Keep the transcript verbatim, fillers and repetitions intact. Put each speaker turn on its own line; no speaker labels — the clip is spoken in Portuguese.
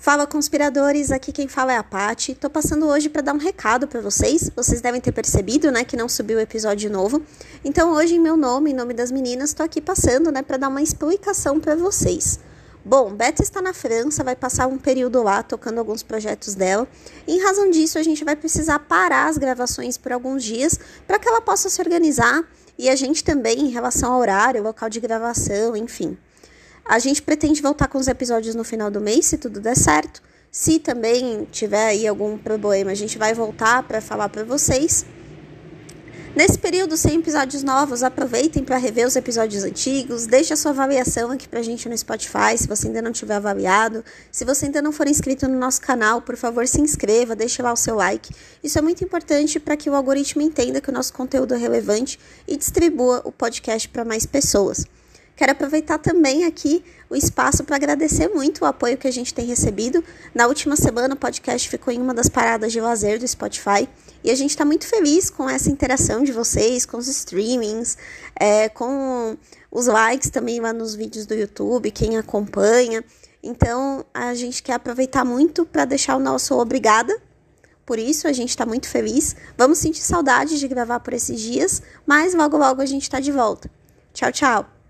Fala, conspiradores, aqui quem fala é a Paty. Tô passando hoje para dar um recado para vocês. Vocês devem ter percebido, né, que não subiu o episódio novo. Então hoje, em meu nome, em nome das meninas, tô aqui passando, né, para dar uma explicação para vocês. Bom, Beta está na França, vai passar um período lá tocando alguns projetos dela. E, em razão disso, a gente vai precisar parar as gravações por alguns dias para que ela possa se organizar e a gente também em relação ao horário, local de gravação, enfim. A gente pretende voltar com os episódios no final do mês, se tudo der certo. Se também tiver aí algum problema, a gente vai voltar para falar para vocês. Nesse período, sem episódios novos, aproveitem para rever os episódios antigos. Deixe a sua avaliação aqui pra gente no Spotify, se você ainda não tiver avaliado. Se você ainda não for inscrito no nosso canal, por favor, se inscreva, deixe lá o seu like. Isso é muito importante para que o algoritmo entenda que o nosso conteúdo é relevante e distribua o podcast para mais pessoas. Quero aproveitar também aqui o espaço para agradecer muito o apoio que a gente tem recebido. Na última semana, o podcast ficou em uma das paradas de lazer do Spotify. E a gente está muito feliz com essa interação de vocês, com os streamings, é, com os likes também lá nos vídeos do YouTube, quem acompanha. Então, a gente quer aproveitar muito para deixar o nosso obrigada. Por isso, a gente está muito feliz. Vamos sentir saudade de gravar por esses dias, mas logo, logo a gente está de volta. Tchau, tchau!